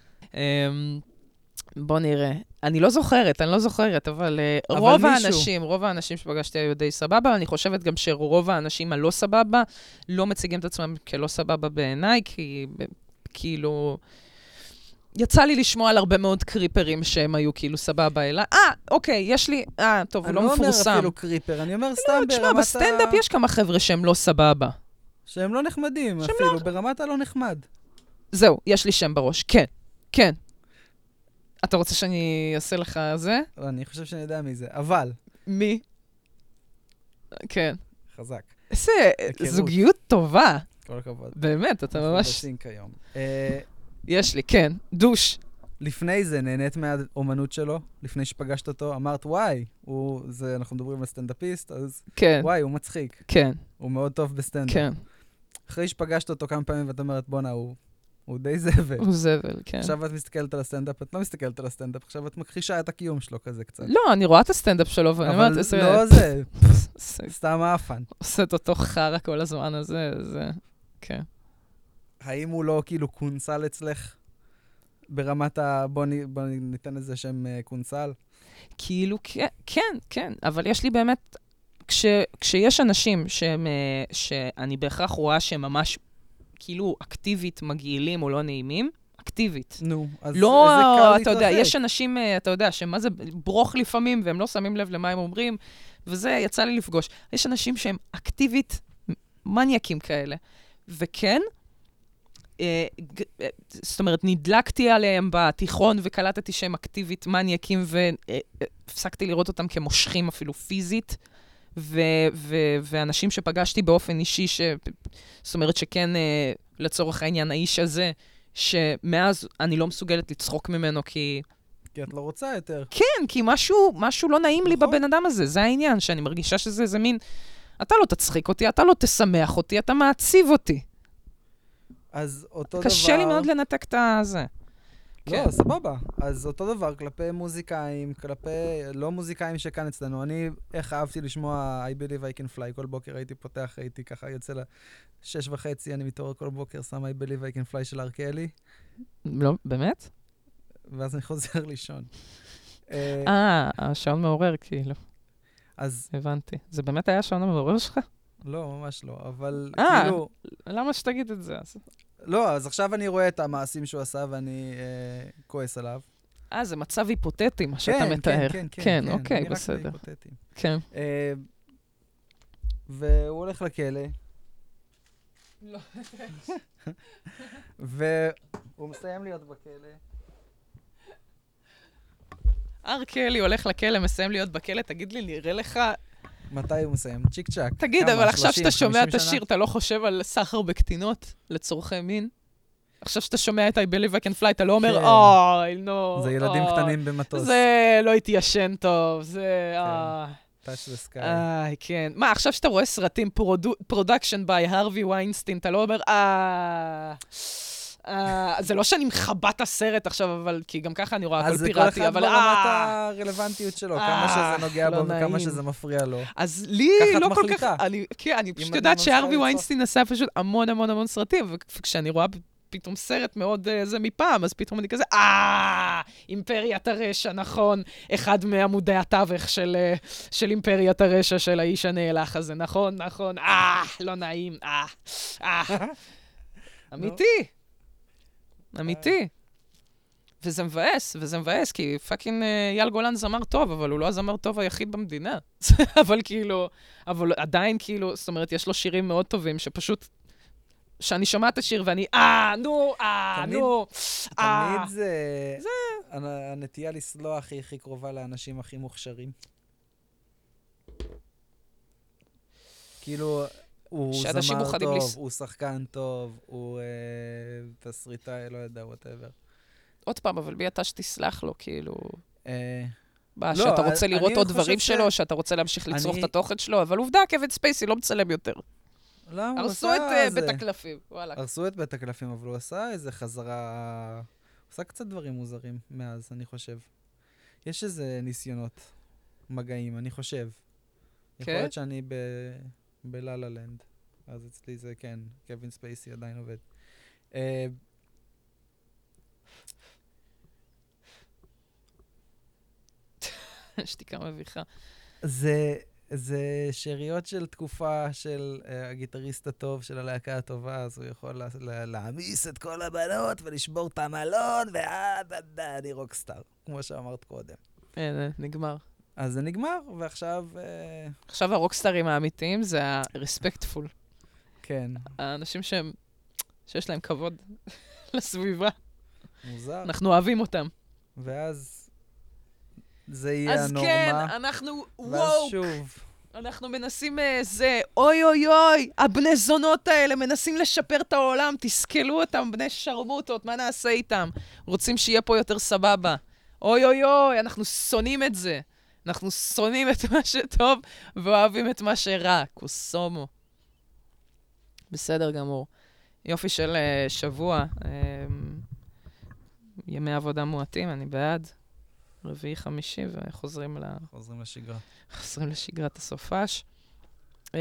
Speaker 1: בוא נראה. אני לא זוכרת, אני לא זוכרת, אבל רוב האנשים, רוב האנשים שפגשתי היו די סבבה, אני חושבת גם שרוב האנשים הלא סבבה לא מציגים את עצמם כלא סבבה בעיניי, כי כאילו... יצא לי לשמוע על הרבה מאוד קריפרים שהם היו כאילו סבבה אלה. אה, אוקיי, יש לי... אה, טוב, הוא לא מפורסם.
Speaker 2: אני לא אומר אפילו קריפר, אני אומר סתם ברמת ה...
Speaker 1: תשמע, בסטנדאפ יש כמה חבר'ה שהם לא סבבה.
Speaker 2: שהם לא נחמדים, אפילו, ברמת הלא נחמד.
Speaker 1: זהו, יש לי שם בראש. כן, כן. אתה רוצה שאני אעשה לך זה?
Speaker 2: אני חושב שאני יודע מי זה, אבל...
Speaker 1: מי? כן.
Speaker 2: חזק.
Speaker 1: איזה זוגיות טובה.
Speaker 2: כל הכבוד.
Speaker 1: באמת, אתה ממש...
Speaker 2: בסינק היום.
Speaker 1: יש לי, כן. דוש.
Speaker 2: לפני זה, נהנית מהאומנות שלו? לפני שפגשת אותו, אמרת, וואי, הוא, זה, אנחנו מדברים על סטנדאפיסט, אז
Speaker 1: כן.
Speaker 2: וואי, הוא מצחיק.
Speaker 1: כן.
Speaker 2: הוא מאוד טוב בסטנדאפ.
Speaker 1: כן.
Speaker 2: אחרי שפגשת אותו כמה פעמים ואת אומרת, בונה, הוא, הוא די זבל.
Speaker 1: הוא זבל, כן.
Speaker 2: עכשיו את מסתכלת על הסטנדאפ, את לא מסתכלת על הסטנדאפ, עכשיו את מכחישה את הקיום שלו כזה קצת.
Speaker 1: לא, אני רואה את הסטנדאפ שלו, ואני אומרת,
Speaker 2: אבל לא זה, סתם האפן.
Speaker 1: עושה את אותו חרא כל הזמן הזה, זה, כן.
Speaker 2: האם הוא לא כאילו קונסל אצלך? ברמת ה... בוא, נ... בוא ניתן לזה שם uh, קונסל.
Speaker 1: כאילו, כן, כן, כן, אבל יש לי באמת, כש, כשיש אנשים שהם, שאני בהכרח רואה שהם ממש כאילו אקטיבית מגעילים או לא נעימים, אקטיבית.
Speaker 2: נו, אז
Speaker 1: לא,
Speaker 2: איזה קל להתרחק.
Speaker 1: אתה יודע, יש אנשים, אתה יודע, שמה זה ברוך לפעמים, והם לא שמים לב למה הם אומרים, וזה יצא לי לפגוש. יש אנשים שהם אקטיבית מניאקים כאלה. וכן, זאת אומרת, נדלקתי עליהם בתיכון וקלטתי שהם אקטיבית מניאקים והפסקתי לראות אותם כמושכים אפילו פיזית, ו- ו- ואנשים שפגשתי באופן אישי, ש- זאת אומרת שכן, לצורך העניין, האיש הזה, שמאז אני לא מסוגלת לצחוק ממנו כי...
Speaker 2: כי את לא רוצה יותר.
Speaker 1: כן, כי משהו, משהו לא נעים לי בבן אדם הזה, זה העניין, שאני מרגישה שזה איזה מין, אתה לא תצחיק אותי, אתה לא תשמח אותי, אתה מעציב אותי.
Speaker 2: אז אותו דבר...
Speaker 1: קשה לי מאוד לנתק את הזה.
Speaker 2: לא, סבבה. אז אותו דבר כלפי מוזיקאים, כלפי לא מוזיקאים שכאן אצלנו. אני, איך אהבתי לשמוע I Believe I Can Fly, כל בוקר הייתי פותח, הייתי ככה יוצא לשש וחצי, אני מתעורר כל בוקר, שם I Believe I Can Fly של ארקלי.
Speaker 1: לא, באמת?
Speaker 2: ואז אני חוזר לישון.
Speaker 1: אה, השעון מעורר כאילו.
Speaker 2: אז...
Speaker 1: הבנתי. זה באמת היה השעון המעורר שלך?
Speaker 2: לא, ממש לא, אבל
Speaker 1: אה,
Speaker 2: כאילו...
Speaker 1: למה שתגיד את זה?
Speaker 2: לא, אז עכשיו אני רואה את המעשים שהוא עשה ואני אה, כועס עליו.
Speaker 1: אה, זה מצב היפותטי, מה שאתה
Speaker 2: כן,
Speaker 1: מתאר.
Speaker 2: כן, כן,
Speaker 1: כן,
Speaker 2: כן.
Speaker 1: אוקיי,
Speaker 2: אני
Speaker 1: בסדר.
Speaker 2: רק בהיפותטי.
Speaker 1: כן.
Speaker 2: אה, והוא הולך לכלא.
Speaker 1: לא.
Speaker 2: והוא מסיים להיות בכלא.
Speaker 1: ארקלי הולך לכלא, מסיים להיות בכלא, תגיד לי, נראה לך...
Speaker 2: מתי הוא מסיים? צ'יק צ'ק.
Speaker 1: תגיד, אבל עכשיו שאתה שומע את השיר, אתה לא חושב על סחר בקטינות לצורכי מין? עכשיו שאתה שומע את I Believe I Can Fly, אתה לא אומר, אוי, נו.
Speaker 2: זה ילדים קטנים במטוס.
Speaker 1: זה לא התיישן טוב, זה...
Speaker 2: touch the sky.
Speaker 1: איי, כן. מה, עכשיו שאתה רואה סרטים פרודקשן ביי הרווי ויינסטין, אתה לא אומר, אה... זה לא שאני מחבא את הסרט עכשיו, אבל כי גם ככה אני רואה הכל פיראטי, אבל
Speaker 2: אז זה כל אחד ברמת הרלוונטיות שלו, כמה שזה נוגע בו וכמה שזה מפריע לו.
Speaker 1: אז לי לא כל כך... כן, אני פשוט יודעת שהרווי ויינסטין עשה פשוט המון המון המון סרטים, וכשאני רואה פתאום סרט מאוד זה מפעם, אז פתאום אני כזה, אה, אימפריית הרשע, נכון, אחד מעמודי התווך של אימפריית הרשע של האיש הנאלח הזה, נכון, נכון, אה, לא נעים, אה, אה. אמיתי. אמיתי. וזה מבאס, וזה מבאס, כי פאקינג אייל גולן זמר טוב, אבל הוא לא הזמר טוב היחיד במדינה. אבל כאילו, אבל עדיין כאילו, זאת אומרת, יש לו שירים מאוד טובים, שפשוט, שאני שומעת את השיר ואני, אה, נו, אה, נו,
Speaker 2: אה. תמיד זה, הנטייה לסלוח היא הכי קרובה לאנשים הכי מוכשרים. כאילו... הוא זמר טוב, הוא שחקן טוב, הוא תסריטאי, לא יודע, whatever.
Speaker 1: עוד פעם, אבל בי אתה שתסלח לו, כאילו... בא, שאתה רוצה לראות עוד דברים שלו, שאתה רוצה להמשיך לצרוך את התוכן שלו, אבל עובדה, קווין ספייסי לא מצלם יותר.
Speaker 2: למה?
Speaker 1: הרסו את בית הקלפים, וואלה.
Speaker 2: הרסו את בית הקלפים, אבל הוא עשה איזה חזרה... הוא עשה קצת דברים מוזרים מאז, אני חושב. יש איזה ניסיונות מגעים, אני חושב. יכול להיות שאני ב... בללה לנד. אז אצלי זה כן, קווין ספייסי עדיין עובד.
Speaker 1: שתיקה מביכה.
Speaker 2: זה, זה שאריות של תקופה של uh, הגיטריסט הטוב של הלהקה הטובה, אז הוא יכול לה, לה, להעמיס את כל הבנות ולשבור את המלון, ועד עד אני רוקסטאר, כמו שאמרת קודם.
Speaker 1: אה, נגמר.
Speaker 2: אז זה נגמר, ועכשיו... Uh...
Speaker 1: עכשיו הרוקסטארים האמיתיים זה ה-respectful.
Speaker 2: כן.
Speaker 1: האנשים שהם, שיש להם כבוד לסביבה.
Speaker 2: מוזר.
Speaker 1: אנחנו אוהבים אותם.
Speaker 2: ואז זה יהיה הנורמה.
Speaker 1: אז כן, אנחנו
Speaker 2: ואז
Speaker 1: וואו.
Speaker 2: שוב.
Speaker 1: אנחנו מנסים זה, אוי אוי אוי, הבני זונות האלה מנסים לשפר את העולם, תסכלו אותם, בני שרמוטות, מה נעשה איתם? רוצים שיהיה פה יותר סבבה. אוי אוי אוי, אנחנו שונאים את זה. אנחנו שונאים את מה שטוב ואוהבים את מה שרע. קוסומו. בסדר גמור. יופי של uh, שבוע. Uh, ימי עבודה מועטים, אני בעד. רביעי חמישי וחוזרים ל...
Speaker 2: חוזרים לשגרה.
Speaker 1: חוזרים לשגרת הסופש. Um,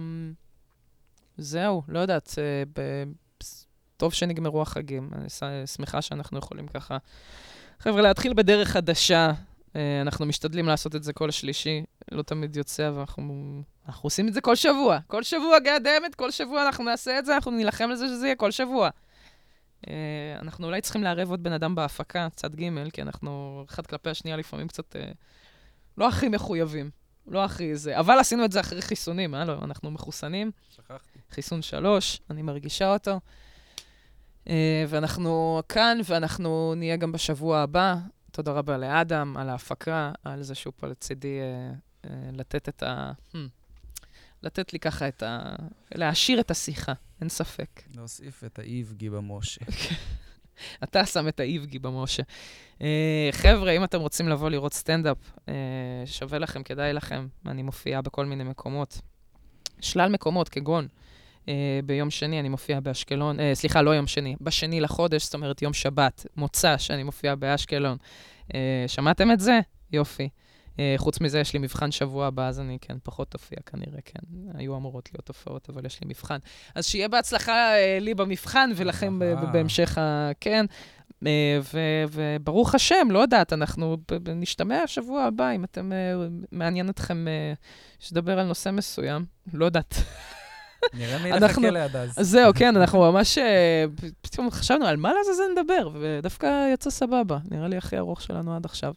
Speaker 1: זהו, לא יודעת. Uh, ב- טוב שנגמרו החגים. אני ש- שמחה שאנחנו יכולים ככה... חבר'ה, להתחיל בדרך חדשה. Uh, אנחנו משתדלים לעשות את זה כל שלישי. לא תמיד יוצא, ואנחנו אנחנו עושים את זה כל שבוע. כל שבוע, גאדמת, כל שבוע אנחנו נעשה את זה, אנחנו נלחם על זה שזה יהיה כל שבוע. Uh, אנחנו אולי צריכים לערב עוד בן אדם בהפקה, צד ג', כי אנחנו אחד כלפי השנייה לפעמים קצת uh, לא הכי מחויבים. לא הכי זה. אבל עשינו את זה אחרי חיסונים, אה? לא, אנחנו מחוסנים.
Speaker 2: שכחתי.
Speaker 1: חיסון שלוש, אני מרגישה אותו. Uh, ואנחנו כאן, ואנחנו נהיה גם בשבוע הבא. תודה רבה לאדם על ההפקה, על זה שהוא פה לצידי uh, uh, לתת את ה... Hmm. לתת לי ככה את ה... להעשיר את השיחה, אין ספק.
Speaker 2: להוסיף את האיבגי במשה.
Speaker 1: אתה שם את האיבגי במשה. Uh, חבר'ה, אם אתם רוצים לבוא לראות סטנדאפ, uh, שווה לכם, כדאי לכם. אני מופיעה בכל מיני מקומות. שלל מקומות, כגון. Uh, ביום שני אני מופיעה באשקלון, uh, סליחה, לא יום שני, בשני לחודש, זאת אומרת יום שבת, מוצא שאני מופיעה באשקלון. Uh, שמעתם את זה? יופי. Uh, חוץ מזה, יש לי מבחן שבוע הבא, אז אני כן פחות תופיע כנראה, כן. היו אמורות להיות תופעות, אבל יש לי מבחן. אז שיהיה בהצלחה uh, לי במבחן, ולכם ב- בהמשך ה... כן. Uh, ו- וברוך השם, לא יודעת, אנחנו ב- ב- נשתמע השבוע הבא, אם אתם, uh, מעניין אתכם uh, שדבר על נושא מסוים, לא יודעת.
Speaker 2: נראה מי לחכה ליד אז.
Speaker 1: זהו, כן, אנחנו ממש... פתאום חשבנו על מה לעזאזל נדבר, ודווקא יצא סבבה. נראה לי הכי ארוך שלנו עד עכשיו.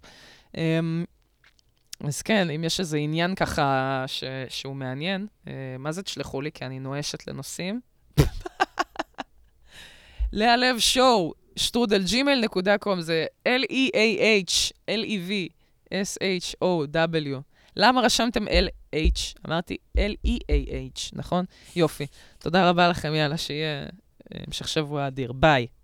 Speaker 1: אז כן, אם יש איזה עניין ככה שהוא מעניין, מה זה תשלחו לי? כי אני נואשת לנושאים. להלב שואו, שטרודל ג'ימייל נקודה קום, זה L-E-A-H, L-E-V-S-H-O-W. למה רשמתם L-H? אמרתי L-E-A-H, נכון? יופי. תודה רבה לכם, יאללה, שיהיה המשך שבוע אדיר. ביי.